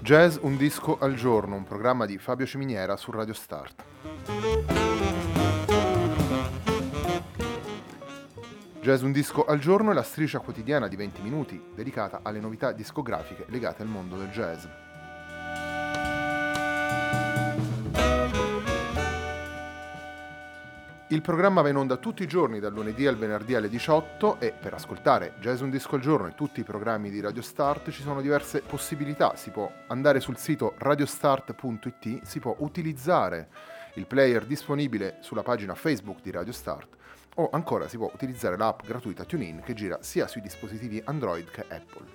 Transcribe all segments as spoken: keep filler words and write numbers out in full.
Jazz un disco al giorno, un programma di Fabio Ciminiera su Radio Start. Jazz un disco al giorno è la striscia quotidiana di venti minuti dedicata alle novità discografiche legate al mondo del jazz. Il programma va in onda tutti i giorni dal lunedì al venerdì alle diciotto e per ascoltare Jazz un disco al giorno e tutti i programmi di Radio Start ci sono diverse possibilità. Si può andare sul sito radiostart punto it, si può utilizzare il player disponibile sulla pagina Facebook di Radio Start o ancora si può utilizzare l'app gratuita TuneIn che gira sia sui dispositivi Android che Apple.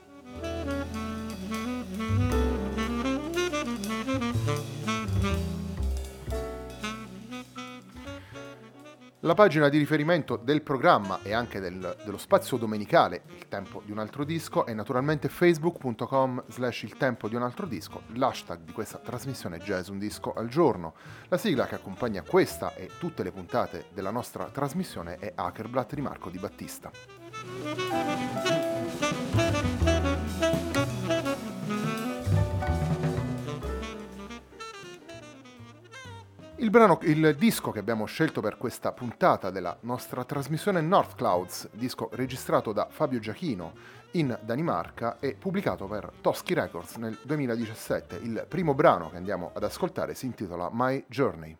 La pagina di riferimento del programma e anche del, dello spazio domenicale Il Tempo di un altro disco è naturalmente facebook punto com slash il tempo di un altro disco, l'hashtag di questa trasmissione Jazz un disco al giorno. La sigla che accompagna questa e tutte le puntate della nostra trasmissione è Hackerblatt di Marco Di Battista. Il brano, il disco che abbiamo scelto per questa puntata della nostra trasmissione è North Clouds, disco registrato da Fabio Giachino in Danimarca e pubblicato per Toschi Records nel duemiladiciassette. Il primo brano che andiamo ad ascoltare si intitola My Journey.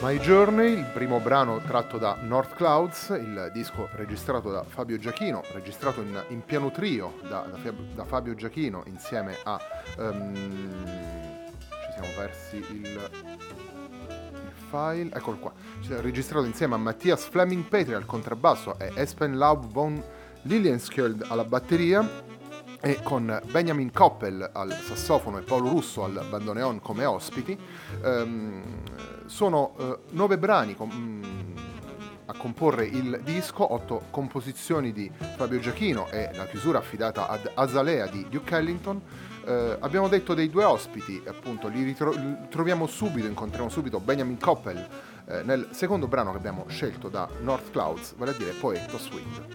My Journey, il primo brano tratto da North Clouds, il disco registrato da Fabio Giachino, registrato in, in piano trio da, da, da Fabio Giachino insieme a... Um, ci siamo persi il, il file, eccolo qua, registrato insieme a Mattias Fleming Petri al contrabbasso e Espen Laub von Lilienskjöld alla batteria, e con Benjamin Koppel al sassofono e Paolo Russo al bandoneon come ospiti. Um, sono uh, nove brani com- mh, a comporre il disco, otto composizioni di Fabio Giachino e la chiusura affidata ad Azalea di Duke Ellington. Uh, abbiamo detto dei due ospiti, appunto, li ritro- li troviamo subito, incontriamo subito Benjamin Koppel uh, nel secondo brano che abbiamo scelto da North Clouds, vale a dire Poeto Swing.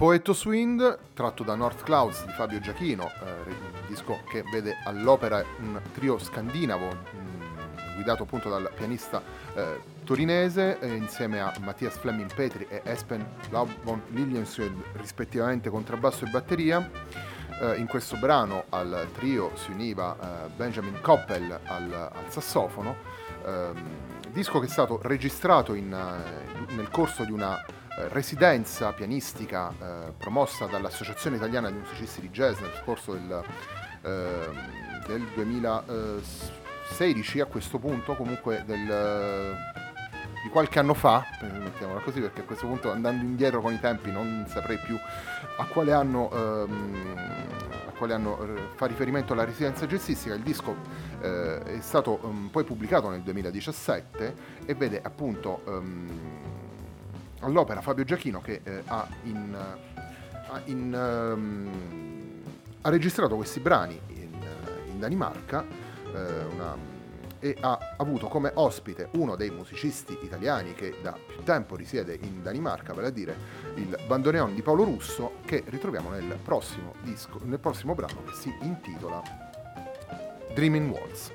Poetos Wind, tratto da North Clouds di Fabio Giachino, eh, un disco che vede all'opera un trio scandinavo mh, guidato appunto dal pianista eh, torinese eh, insieme a Mattias Flemming Petri e Espen Laubon Lilliensø, rispettivamente contrabbasso e batteria. Eh, in questo brano al trio si univa eh, Benjamin Koppel al, al sassofono, ehm, disco che è stato registrato in, eh, nel corso di una residenza pianistica eh, promossa dall'Associazione Italiana di Musicisti di Jazz nel corso del, eh, del duemilasedici, a questo punto comunque del, di qualche anno fa, mettiamola così, perché a questo punto, andando indietro con i tempi, non saprei più a quale anno, ehm, a quale anno fa riferimento alla residenza jazzistica. Il disco eh, è stato um, poi pubblicato nel duemiladiciassette e vede appunto um, all'opera Fabio Giachino che eh, ha, in, ha, in, um, ha registrato questi brani in, in Danimarca eh, una, e ha avuto come ospite uno dei musicisti italiani che da più tempo risiede in Danimarca, vale a dire il bandoneon di Paolo Russo, che ritroviamo nel prossimo disco, nel prossimo brano, che si intitola Dreaming Waltz.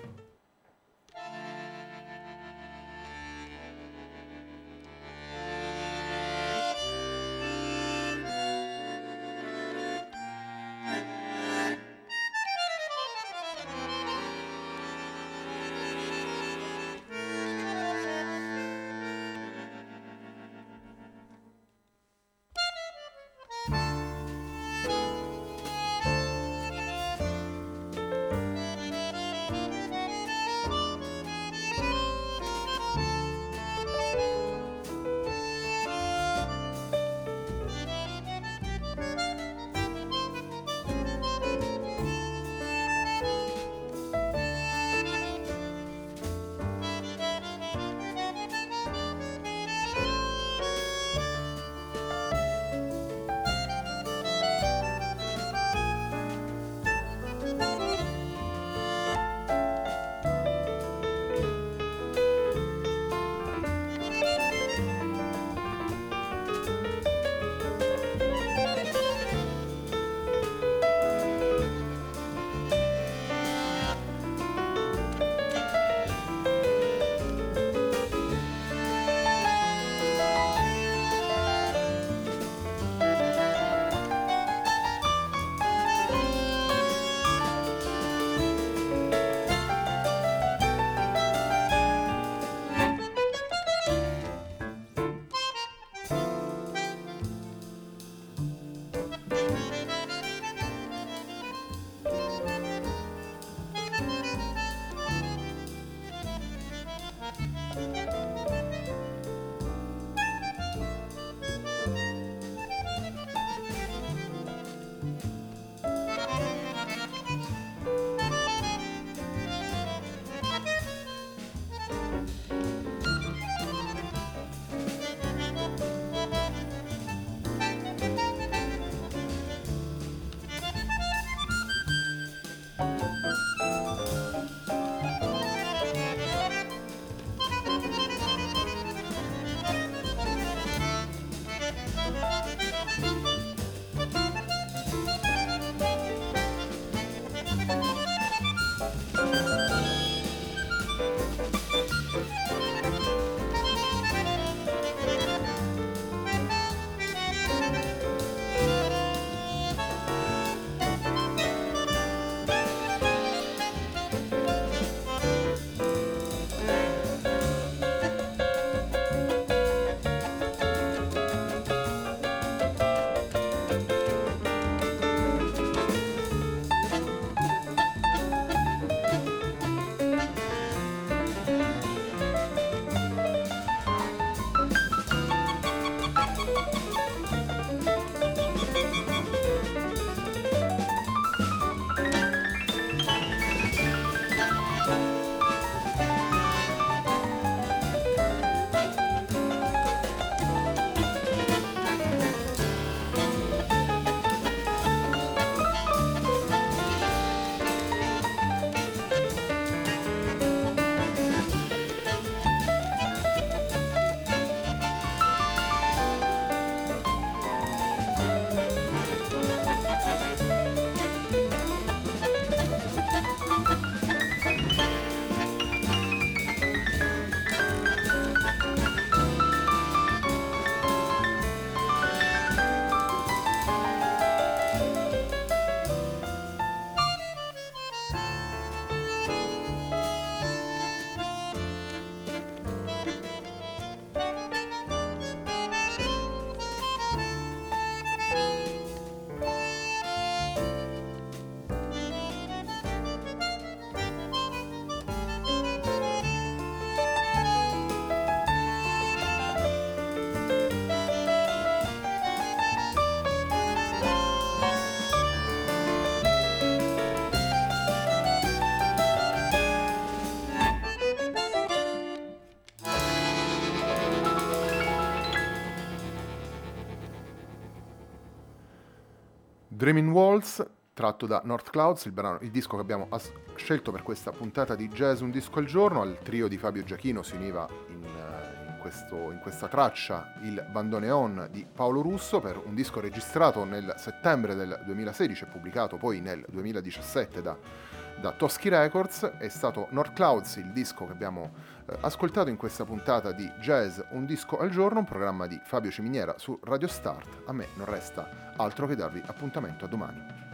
Dreaming Walls, tratto da North Clouds, il, brano, il disco che abbiamo as- scelto per questa puntata di Jazz Un Disco al Giorno. Al trio di Fabio Giachino si univa in, in, questo, in questa traccia il bandoneon di Paolo Russo per un disco registrato nel settembre del duemilasedici e pubblicato poi nel duemiladiciassette da, da Toschi Records. È stato North Clouds il disco che abbiamo eh, ascoltato in questa puntata di Jazz Un Disco al Giorno, un programma di Fabio Ciminiera su Radio Start. A me non resta altro che darvi appuntamento a domani.